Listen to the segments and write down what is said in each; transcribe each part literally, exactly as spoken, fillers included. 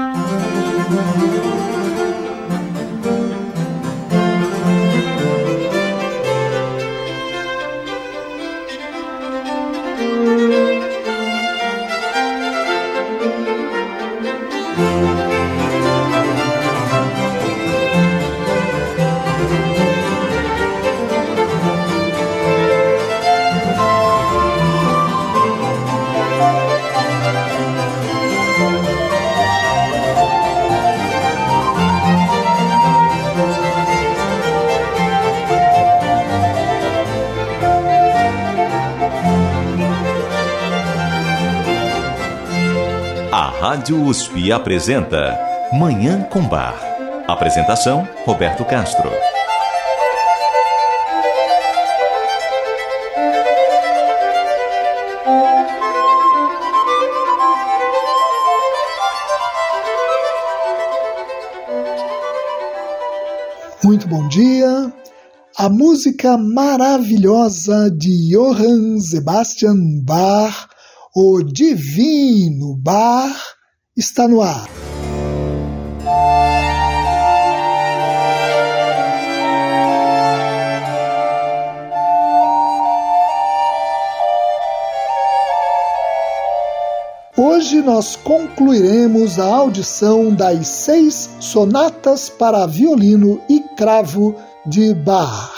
Rádio U S P apresenta Manhã com Bar. Apresentação, Roberto Castro. Muito bom dia. A música maravilhosa de Johann Sebastian Bach, o Divino Bach, está no ar. Hoje nós concluiremos a audição das seis sonatas para violino e cravo de Bach.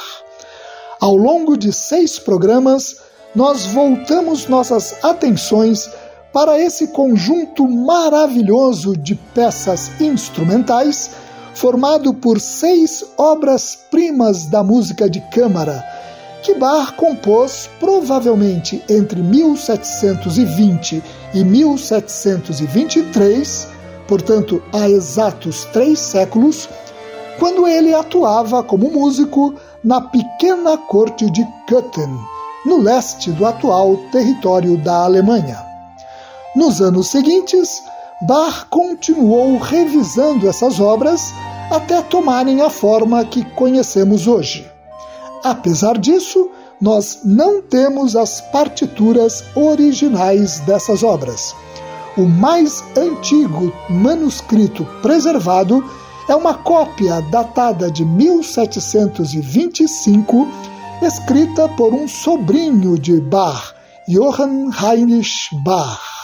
Ao longo de seis programas, nós voltamos nossas atenções para esse conjunto maravilhoso de peças instrumentais, formado por seis obras-primas da música de câmara, que Bach compôs provavelmente entre mil setecentos e vinte e mil setecentos e vinte e três, portanto há exatos três séculos, quando ele atuava como músico na pequena corte de Köthen, no leste do atual território da Alemanha. Nos anos seguintes, Bach continuou revisando essas obras até tomarem a forma que conhecemos hoje. Apesar disso, nós não temos as partituras originais dessas obras. O mais antigo manuscrito preservado é uma cópia datada de mil setecentos e vinte e cinco, escrita por um sobrinho de Bach, Johann Heinrich Bach.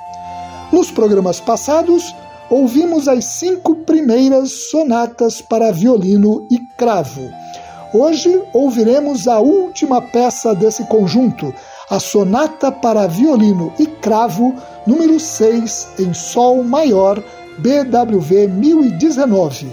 Nos programas passados, ouvimos as cinco primeiras sonatas para violino e cravo. Hoje ouviremos a última peça desse conjunto, a sonata para violino e cravo número seis em Sol maior, B W V mil e dezenove.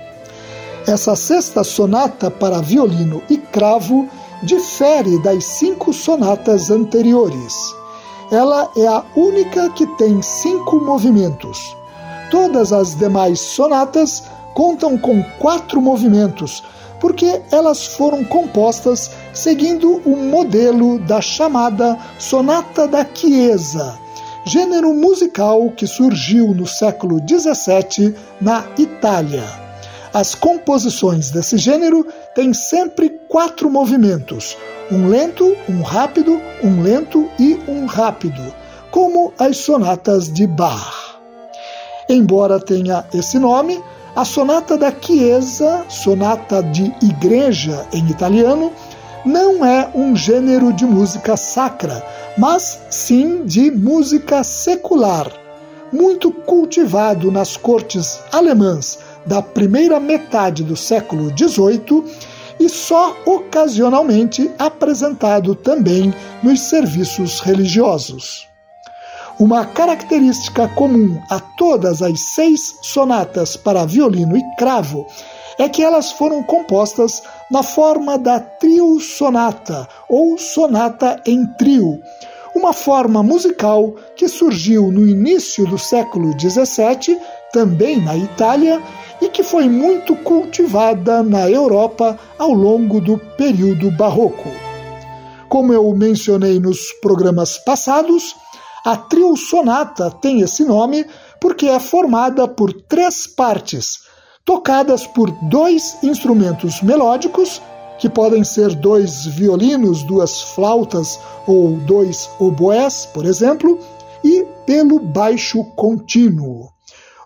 Essa sexta sonata para violino e cravo difere das cinco sonatas anteriores. Ela é a única que tem cinco movimentos. Todas as demais sonatas contam com quatro movimentos, porque elas foram compostas seguindo o modelo da chamada Sonata da Chiesa, gênero musical que surgiu no século dezessete na Itália. As composições desse gênero têm sempre quatro movimentos, um lento, um rápido, um lento e um rápido, como as sonatas de Bach. Embora tenha esse nome, a Sonata da Chiesa, sonata de igreja em italiano, não é um gênero de música sacra, mas sim de música secular, muito cultivado nas cortes alemãs da primeira metade do século dezoito e só ocasionalmente apresentado também nos serviços religiosos. Uma característica comum a todas as seis sonatas para violino e cravo é que elas foram compostas na forma da trio sonata ou sonata em trio, uma forma musical que surgiu no início do século dezessete, também na Itália, e que foi muito cultivada na Europa ao longo do período barroco. Como eu mencionei nos programas passados, a trio sonata tem esse nome porque é formada por três partes, tocadas por dois instrumentos melódicos, que podem ser dois violinos, duas flautas ou dois oboés, por exemplo, e pelo baixo contínuo.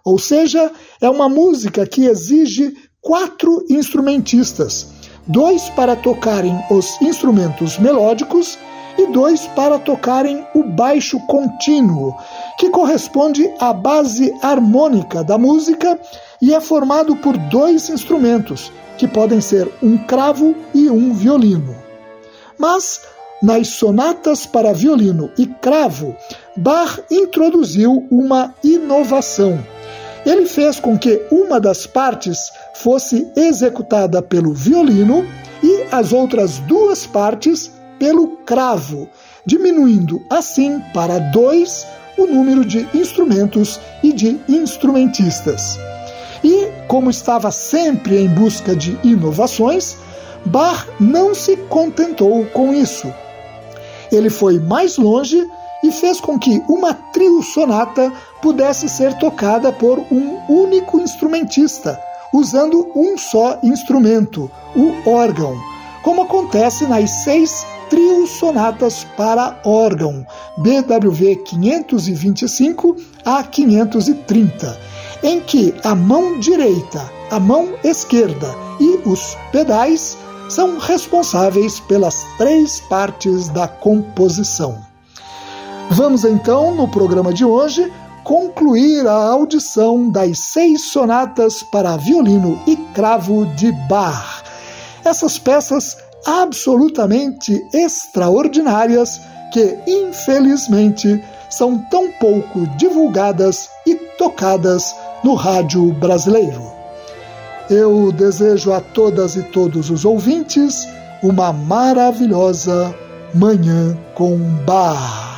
ou seja, é uma música que exige quatro instrumentistas, dois para tocarem os instrumentos melódicos e dois para tocarem o baixo contínuo, que corresponde à base harmônica da música e é formado por dois instrumentos, que podem ser um cravo e um violino. Mas, nas sonatas para violino e cravo, Bach introduziu uma inovação. Ele fez com que uma das partes fosse executada pelo violino e as outras duas partes pelo cravo, diminuindo assim para dois o número de instrumentos e de instrumentistas. E, como estava sempre em busca de inovações, Bach não se contentou com isso. Ele foi mais longe e fez com que uma trio-sonata pudesse ser tocada por um único instrumentista, usando um só instrumento, o órgão, como acontece nas seis trio-sonatas para órgão, B W V quinhentos e vinte e cinco a quinhentos e trinta, em que a mão direita, a mão esquerda e os pedais são responsáveis pelas três partes da composição. Vamos então, no programa de hoje, concluir a audição das seis sonatas para violino e cravo de Bach. Essas peças absolutamente extraordinárias que, infelizmente, são tão pouco divulgadas e tocadas no rádio brasileiro. Eu desejo a todas e todos os ouvintes uma maravilhosa Manhã com Bach.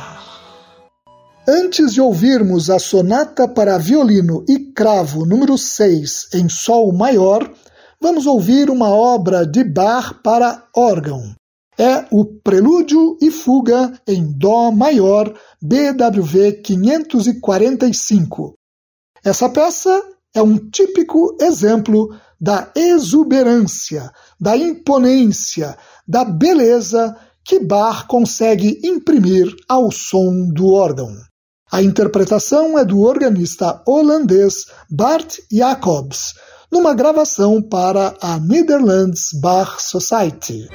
Antes de ouvirmos a sonata para violino e cravo número seis em sol maior, vamos ouvir uma obra de Bach para órgão. É o Prelúdio e Fuga em dó maior, B W V quinhentos e quarenta e cinco. Essa peça é um típico exemplo da exuberância, da imponência, da beleza que Bach consegue imprimir ao som do órgão. A interpretação é do organista holandês Bart Jacobs, numa gravação para a Netherlands Bach Society.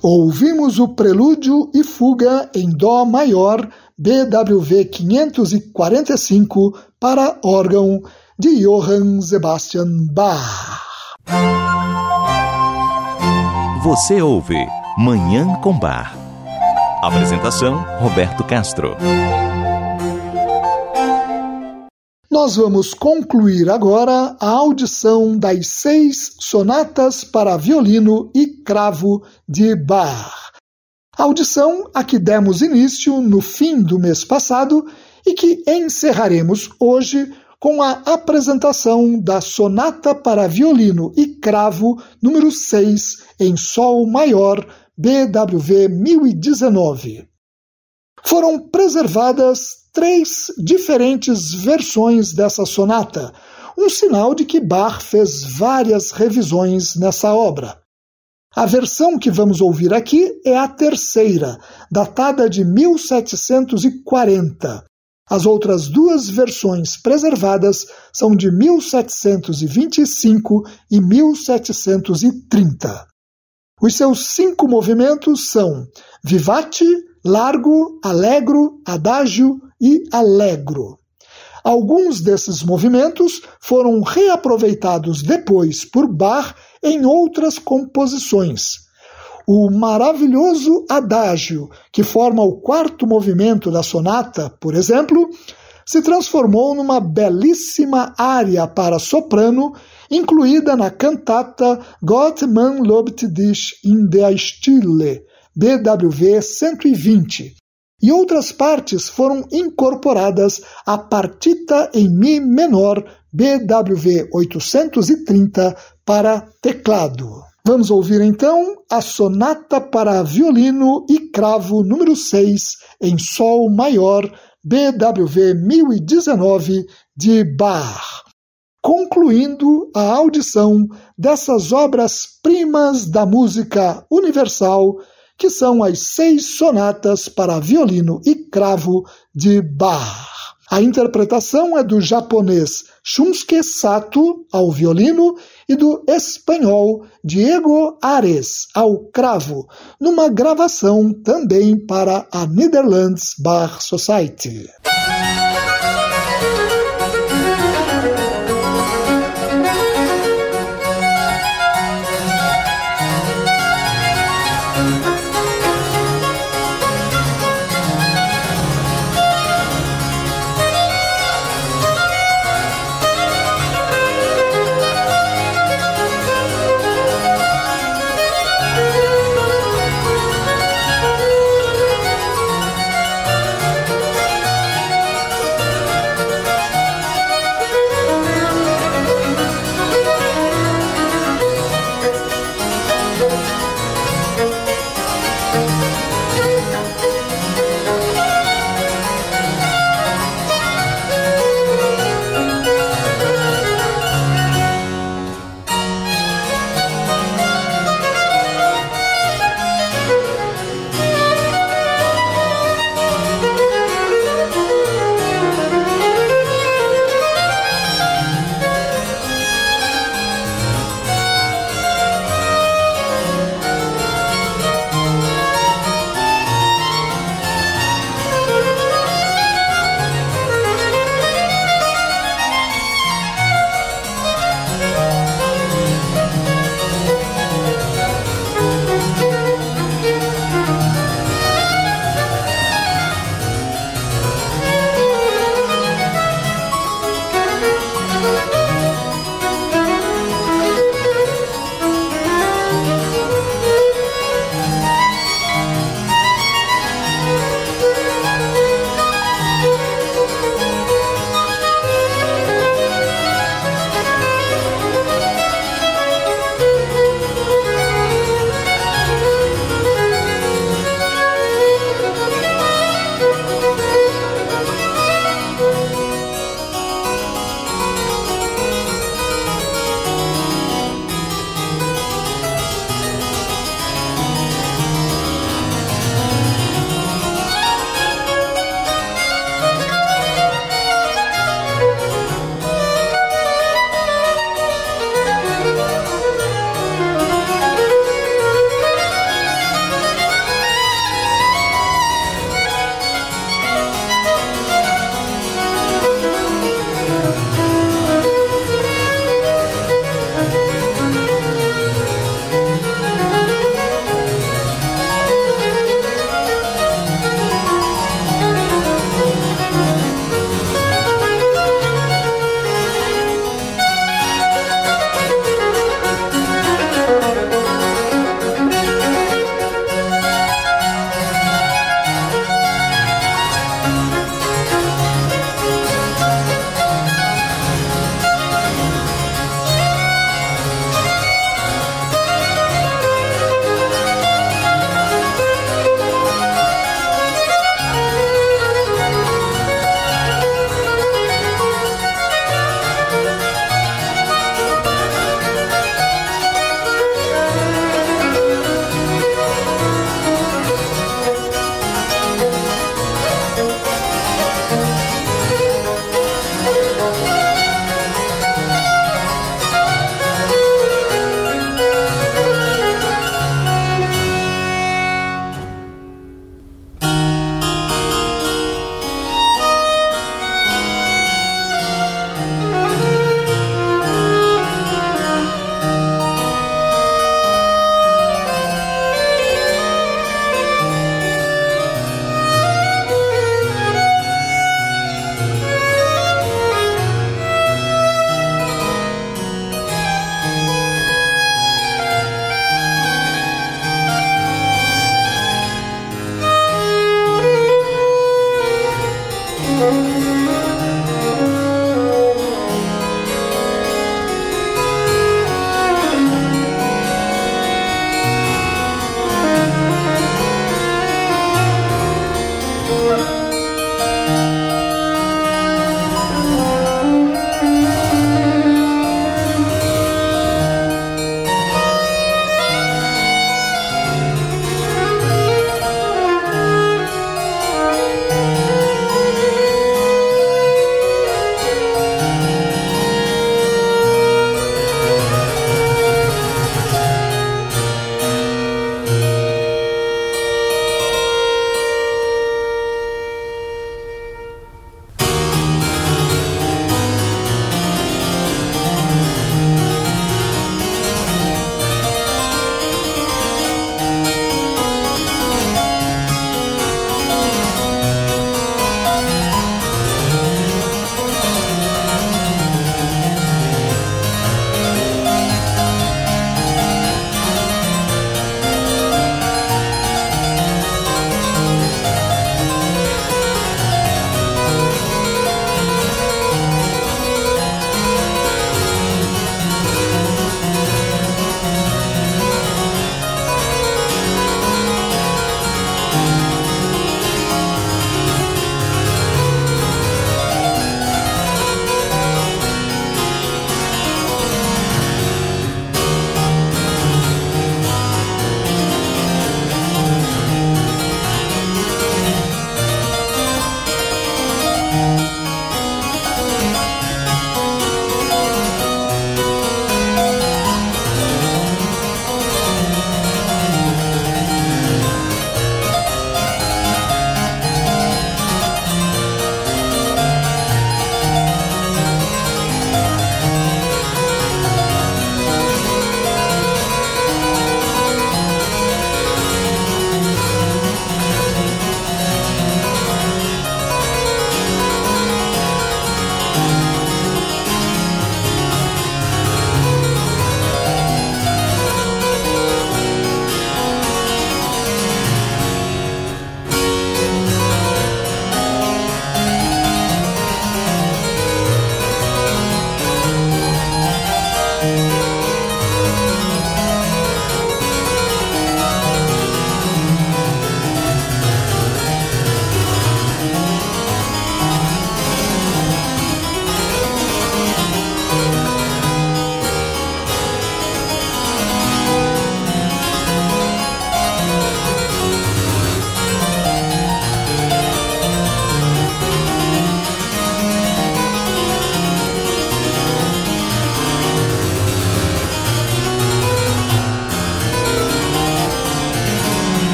Ouvimos o Prelúdio e Fuga em Dó maior, B W V quinhentos e quarenta e cinco, para órgão de Johann Sebastian Bach. Você ouve Manhã com Bar. Apresentação, Roberto Castro. Nós vamos concluir agora a audição das seis sonatas para violino e cravo de Bach. A audição a que demos início no fim do mês passado e que encerraremos hoje com a apresentação da sonata para violino e cravo número seis em sol maior, B W V mil e dezenove. Foram preservadas três diferentes versões dessa sonata, um sinal de que Bach fez várias revisões nessa obra. A versão que vamos ouvir aqui é a terceira, datada de mil setecentos e quarenta. As outras duas versões preservadas são de mil setecentos e vinte e cinco e mil setecentos e trinta. Os seus cinco movimentos são Vivace, Largo, Allegro, Adagio e Allegro. Alguns desses movimentos foram reaproveitados depois por Bach em outras composições. O maravilhoso Adagio, que forma o quarto movimento da sonata, por exemplo, se transformou numa belíssima área para soprano, incluída na cantata Gott man lobt dich in der Stille, B W V cento e vinte, e outras partes foram incorporadas à partita em Mi menor, B W V oitocentos e trinta, para teclado. Vamos ouvir então a sonata para violino e cravo número seis em sol maior, B W V mil e dezenove, de Bach, concluindo a audição dessas obras-primas da música universal, que são as seis sonatas para violino e cravo de Bach. A interpretação é do japonês Shunsuke Sato ao violino e do espanhol Diego Ares ao cravo, numa gravação também para a Netherlands Bach Society.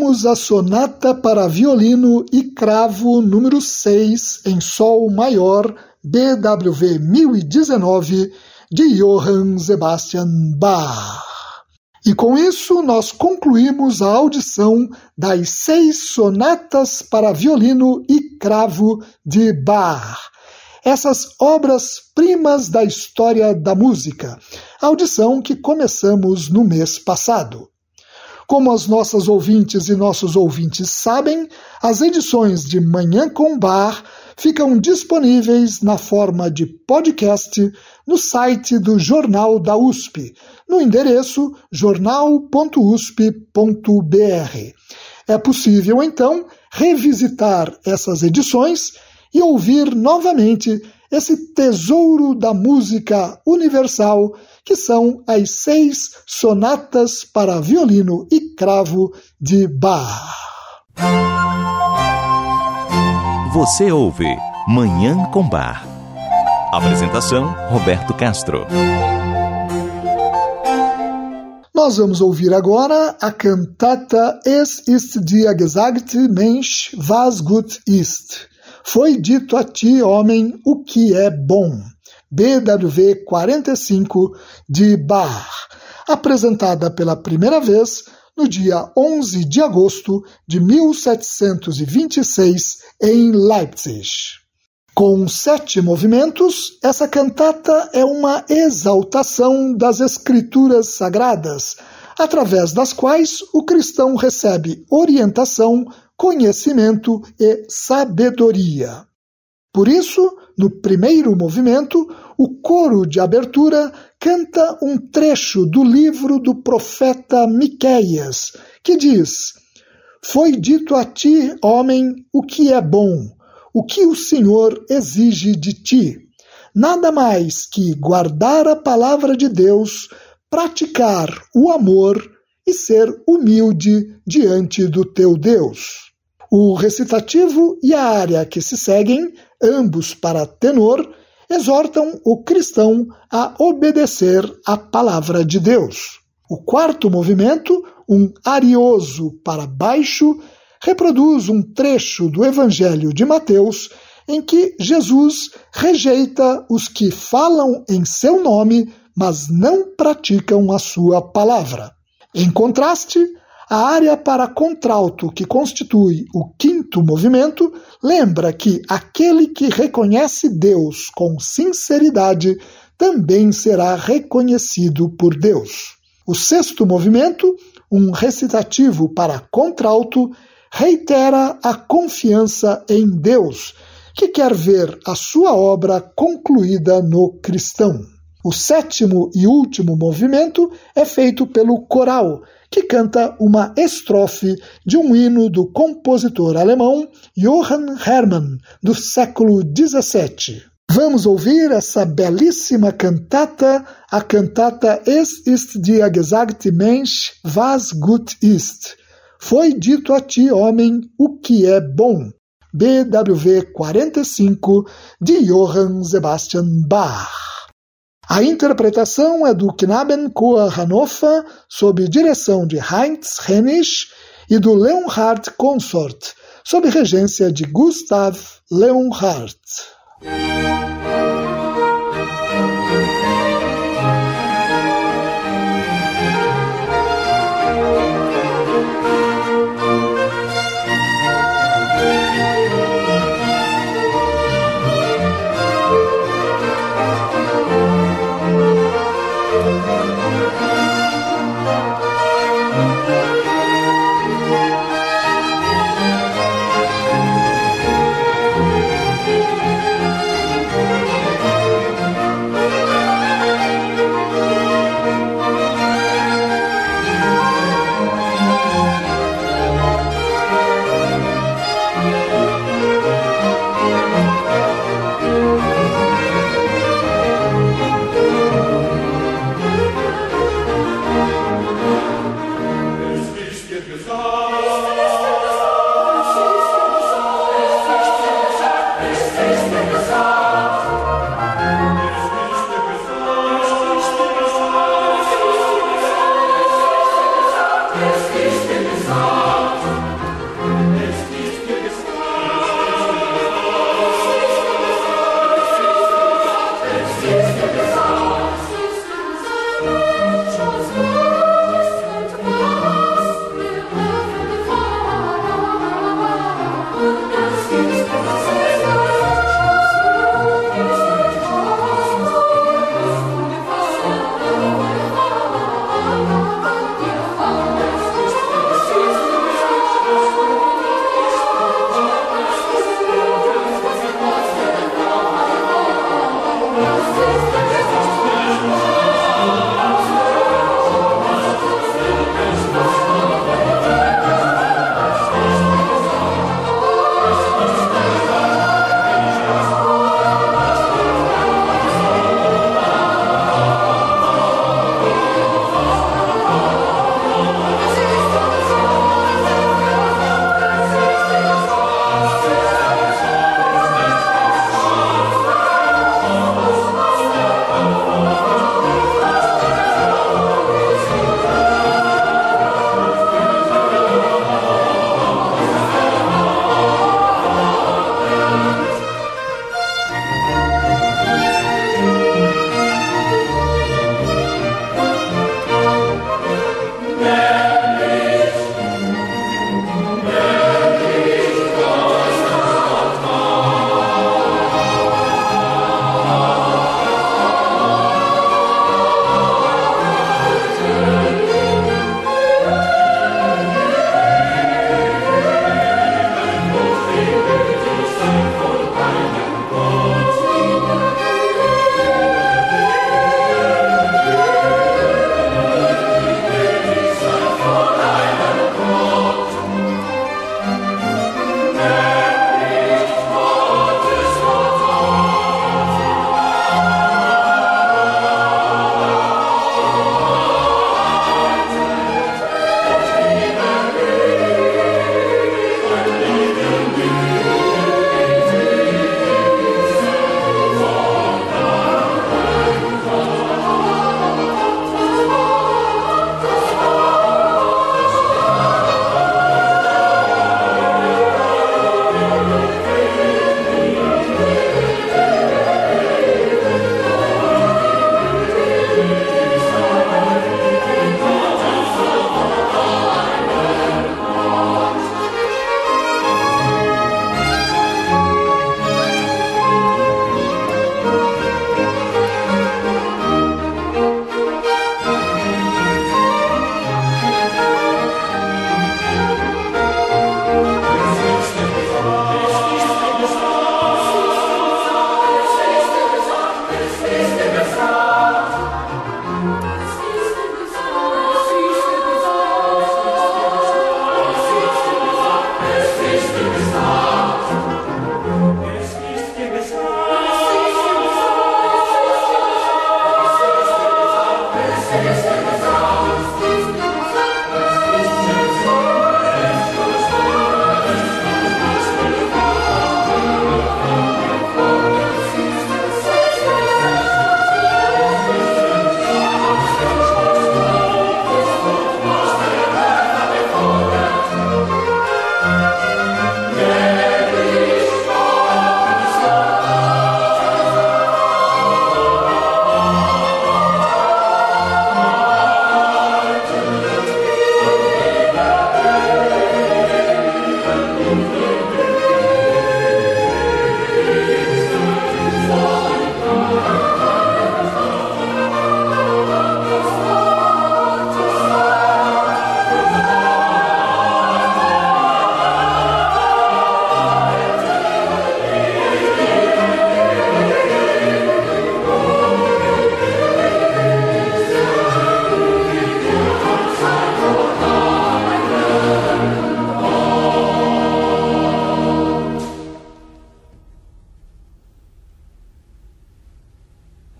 ouvimos a Sonata para Violino e Cravo número seis em Sol Maior, B W V mil e dezenove, de Johann Sebastian Bach. E com isso nós concluímos a audição das seis sonatas para violino e cravo de Bach. Essas obras-primas da história da música, audição que começamos no mês passado. Como as nossas ouvintes e nossos ouvintes sabem, as edições de Manhã com Bach ficam disponíveis na forma de podcast no site do Jornal da U S P, no endereço jornal ponto u s p ponto b r. É possível, então, revisitar essas edições e ouvir novamente esse tesouro da música universal, que são as seis sonatas para violino e cravo de Bach. Você ouve Manhã com Bach. Apresentação, Roberto Castro. Nós vamos ouvir agora a cantata Es ist dir gesagt, Mensch, was gut ist. Foi dito a ti, homem, o que é bom. B W V quarenta e cinco de Bach, apresentada pela primeira vez no dia onze de agosto de mil setecentos e vinte e seis em Leipzig. Com sete movimentos, essa cantata é uma exaltação das escrituras sagradas, através das quais o cristão recebe orientação, conhecimento e sabedoria. Por isso, no primeiro movimento, o coro de abertura canta um trecho do livro do profeta Miqueias, que diz: Foi dito a ti, homem, o que é bom, o que o Senhor exige de ti. Nada mais que guardar a palavra de Deus, praticar o amor e ser humilde diante do teu Deus. O recitativo e a área que se seguem, ambos para tenor, exortam o cristão a obedecer à palavra de Deus. O quarto movimento, um arioso para baixo, reproduz um trecho do Evangelho de Mateus em que Jesus rejeita os que falam em seu nome, mas não praticam a sua palavra. Em contraste, a área para contralto, que constitui o quinto movimento, lembra que aquele que reconhece Deus com sinceridade também será reconhecido por Deus. O sexto movimento, um recitativo para contralto, reitera a confiança em Deus, que quer ver a sua obra concluída no cristão. O sétimo e último movimento é feito pelo coral, que canta uma estrofe de um hino do compositor alemão Johann Hermann, do século dezessete. Vamos ouvir essa belíssima cantata, a cantata Es ist dir gesagt, Mensch, was gut ist. Foi dito a ti, homem, o que é bom. B W V quarenta e cinco, de Johann Sebastian Bach. A interpretação é do Knabenchor Hannover, sob direção de Heinz Hennig, e do Leonhardt Consort, sob regência de Gustav Leonhardt.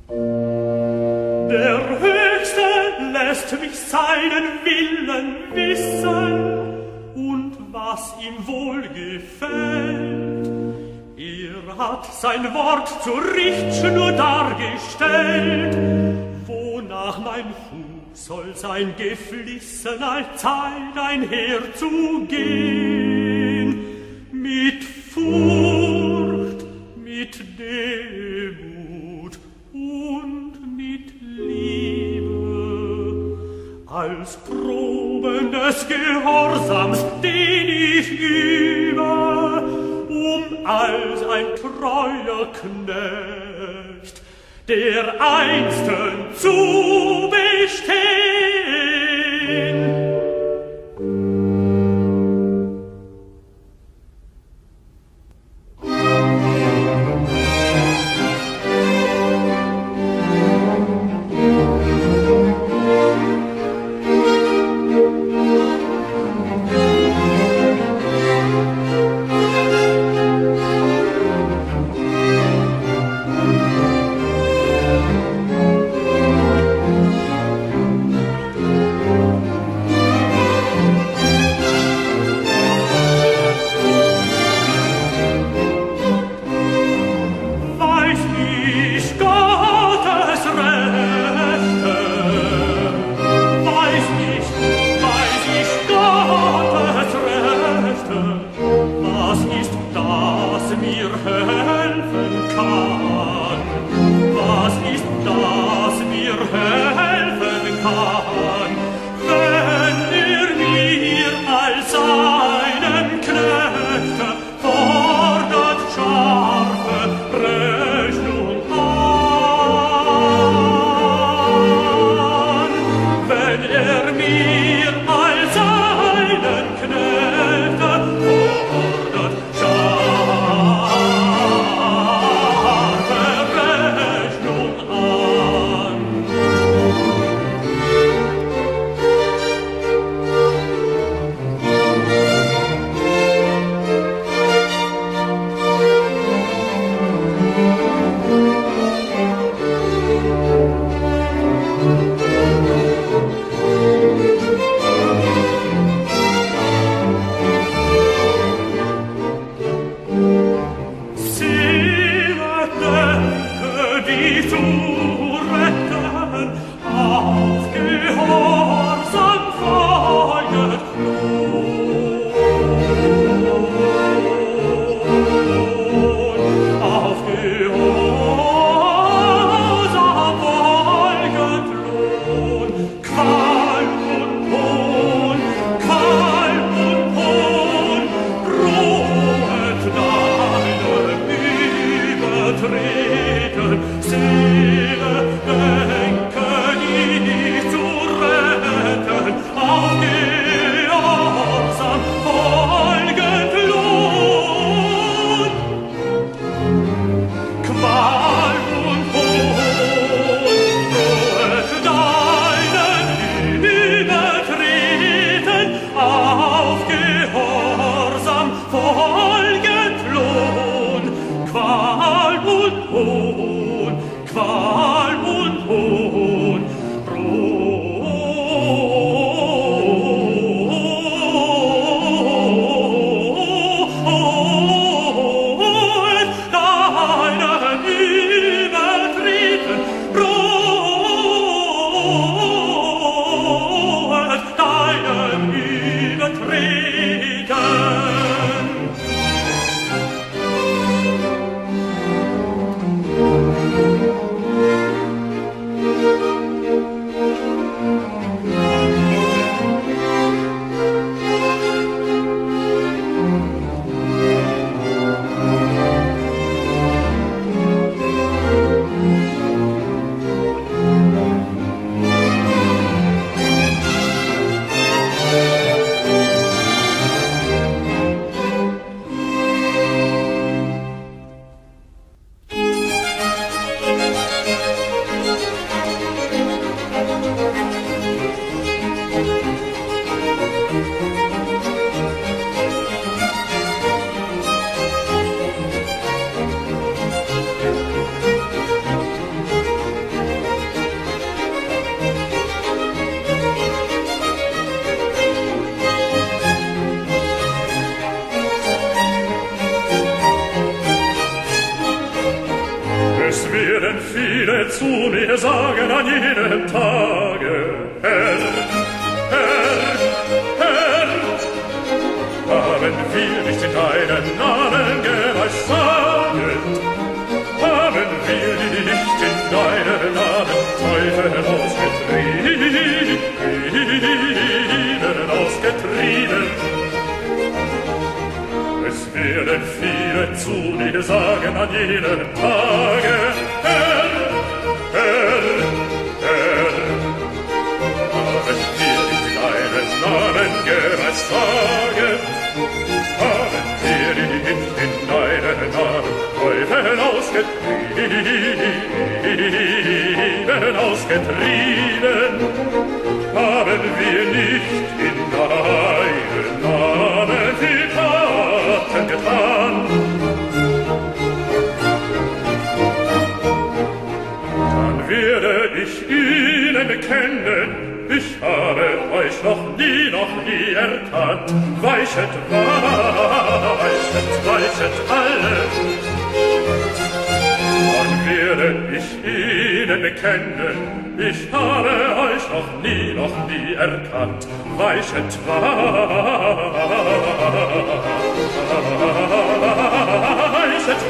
Der Höchste lässt mich seinen Willen wissen und was ihm wohl gefällt. Er hat sein Wort zur Richtschnur dargestellt, wonach mein Fuß soll sein geflissen allzeit einherzugehen, mit Furcht, mit Demut und mit Liebe, als Proben des Gehorsams, den ich übe, um als ein treuer Knecht der Einsten zu bestehen. Seele, denke nicht zu retten. mir sagen an jenem Tage, Herr, Herr, Herr, haben wir nicht in deinen Namen geweissaget, haben wir nicht in deinen Namen Teufel ausgetrieben, ausgetrieben. Es werden viele zu dir sagen an jenem Tage, Herr, Herr, Herr, haben wir nicht in deinen Namen geweissaget, haben wir nicht in deinen Namen Teufel ausgetrieben, ausgetrieben, haben wir nicht in deinen Namen viel Taten getan. Dann werde ich ihnen bekennen, ich habe euch noch nie, noch nie erkannt. Weichet, weichet, weichet alle. Dann werde ich ihnen bekennen, ich habe euch noch nie, noch nie erkannt. Weichet, weichet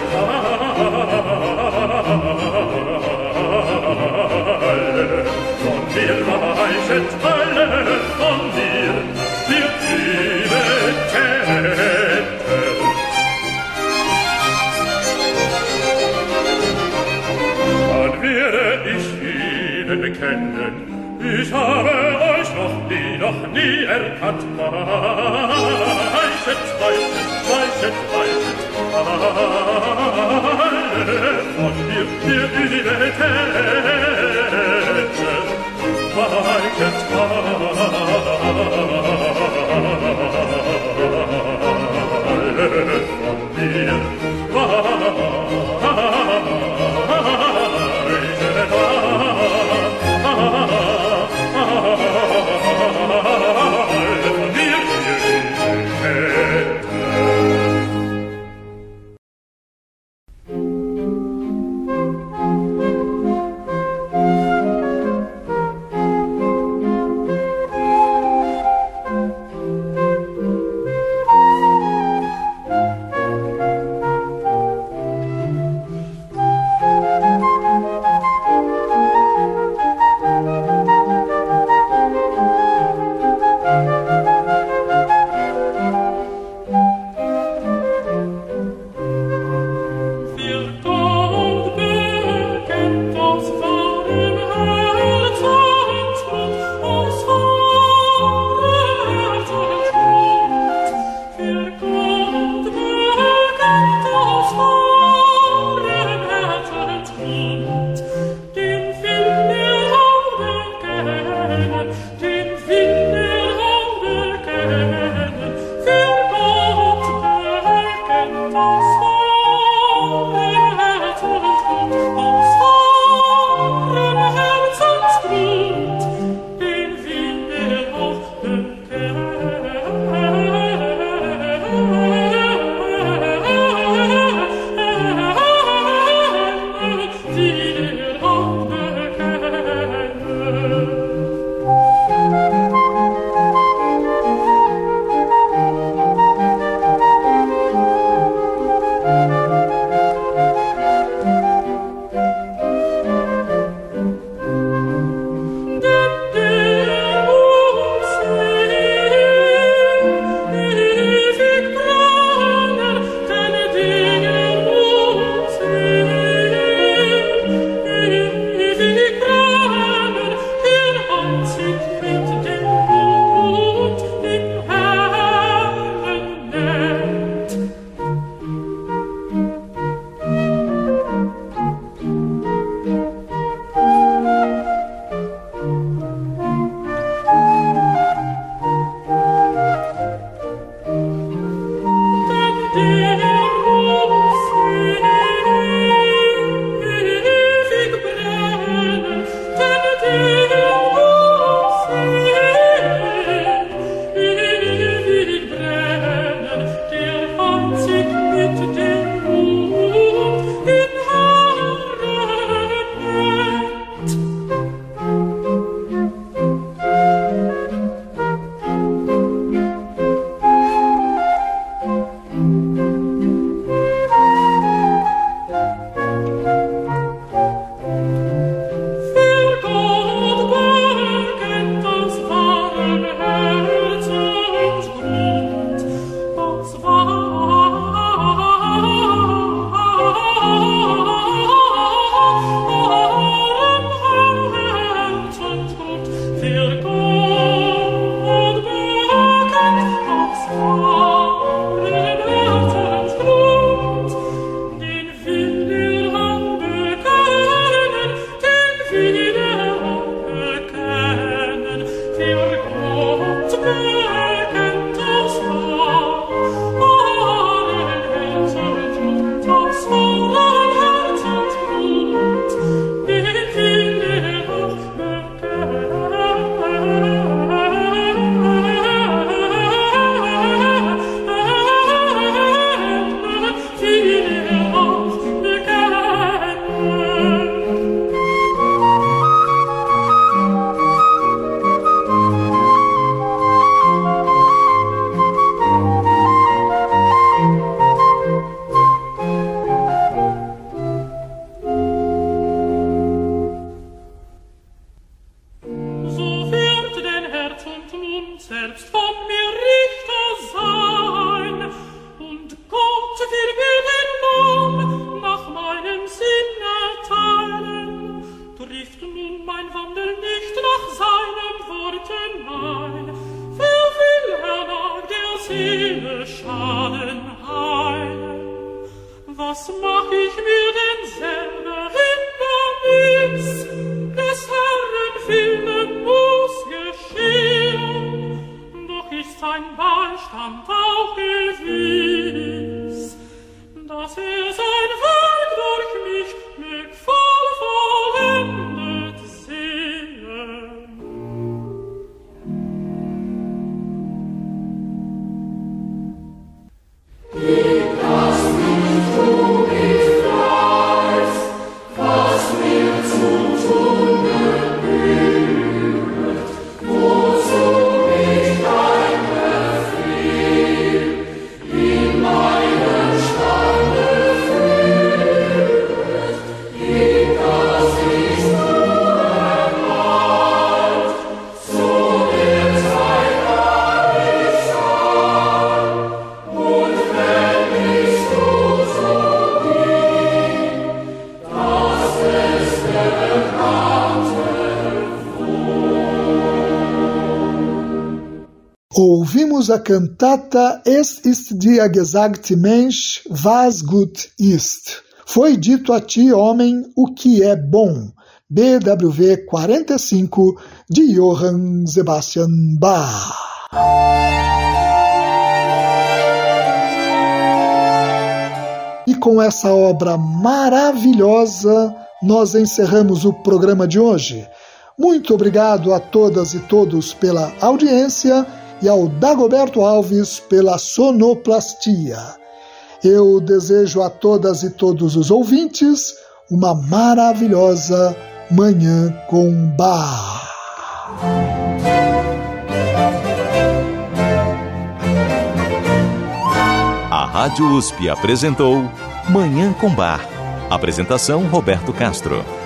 alle. Von mir weichet alle, von mir, wir liebe Ketten. Dann werde ich ihnen bekennen, ich habe euch noch nie, noch nie erkannt. Weichet, weichet, weichet, weichet alle von mir, ihr liebe Ketten. Weichet alle von mir, trifft nun mein Wandel nicht nach seinen Worten ein. Wer will er nach der Seele Schaden heilen? Was mach ich mir denn selber Hindernis? Des Herrn Willen muss geschehen, doch ist sein Beistand auch gewiss, dass er sein Werk durch mich mög voll vollendet sehen. Gib das nicht du mit Fleiß, was mir zum Tun gebühret, wozu mich dein Befehl in meinem Stande führet. Gib das nicht nur ermalt, zu der Zeit kann ich sein, und wenn ich du so ging, dass es der Bekannte Ouvimos a cantata Es ist dir gesagt, Mensch, was gut ist. Foi dito a ti, homem, o que é bom. B W V quarenta e cinco, de Johann Sebastian Bach. E com essa obra maravilhosa, nós encerramos o programa de hoje. Muito obrigado a todas e todos pela audiência e ao Dagoberto Alves pela sonoplastia. Eu desejo a todas e todos os ouvintes uma maravilhosa Manhã com Bach. A Rádio U S P apresentou Manhã com Bach. Apresentação Roberto Castro.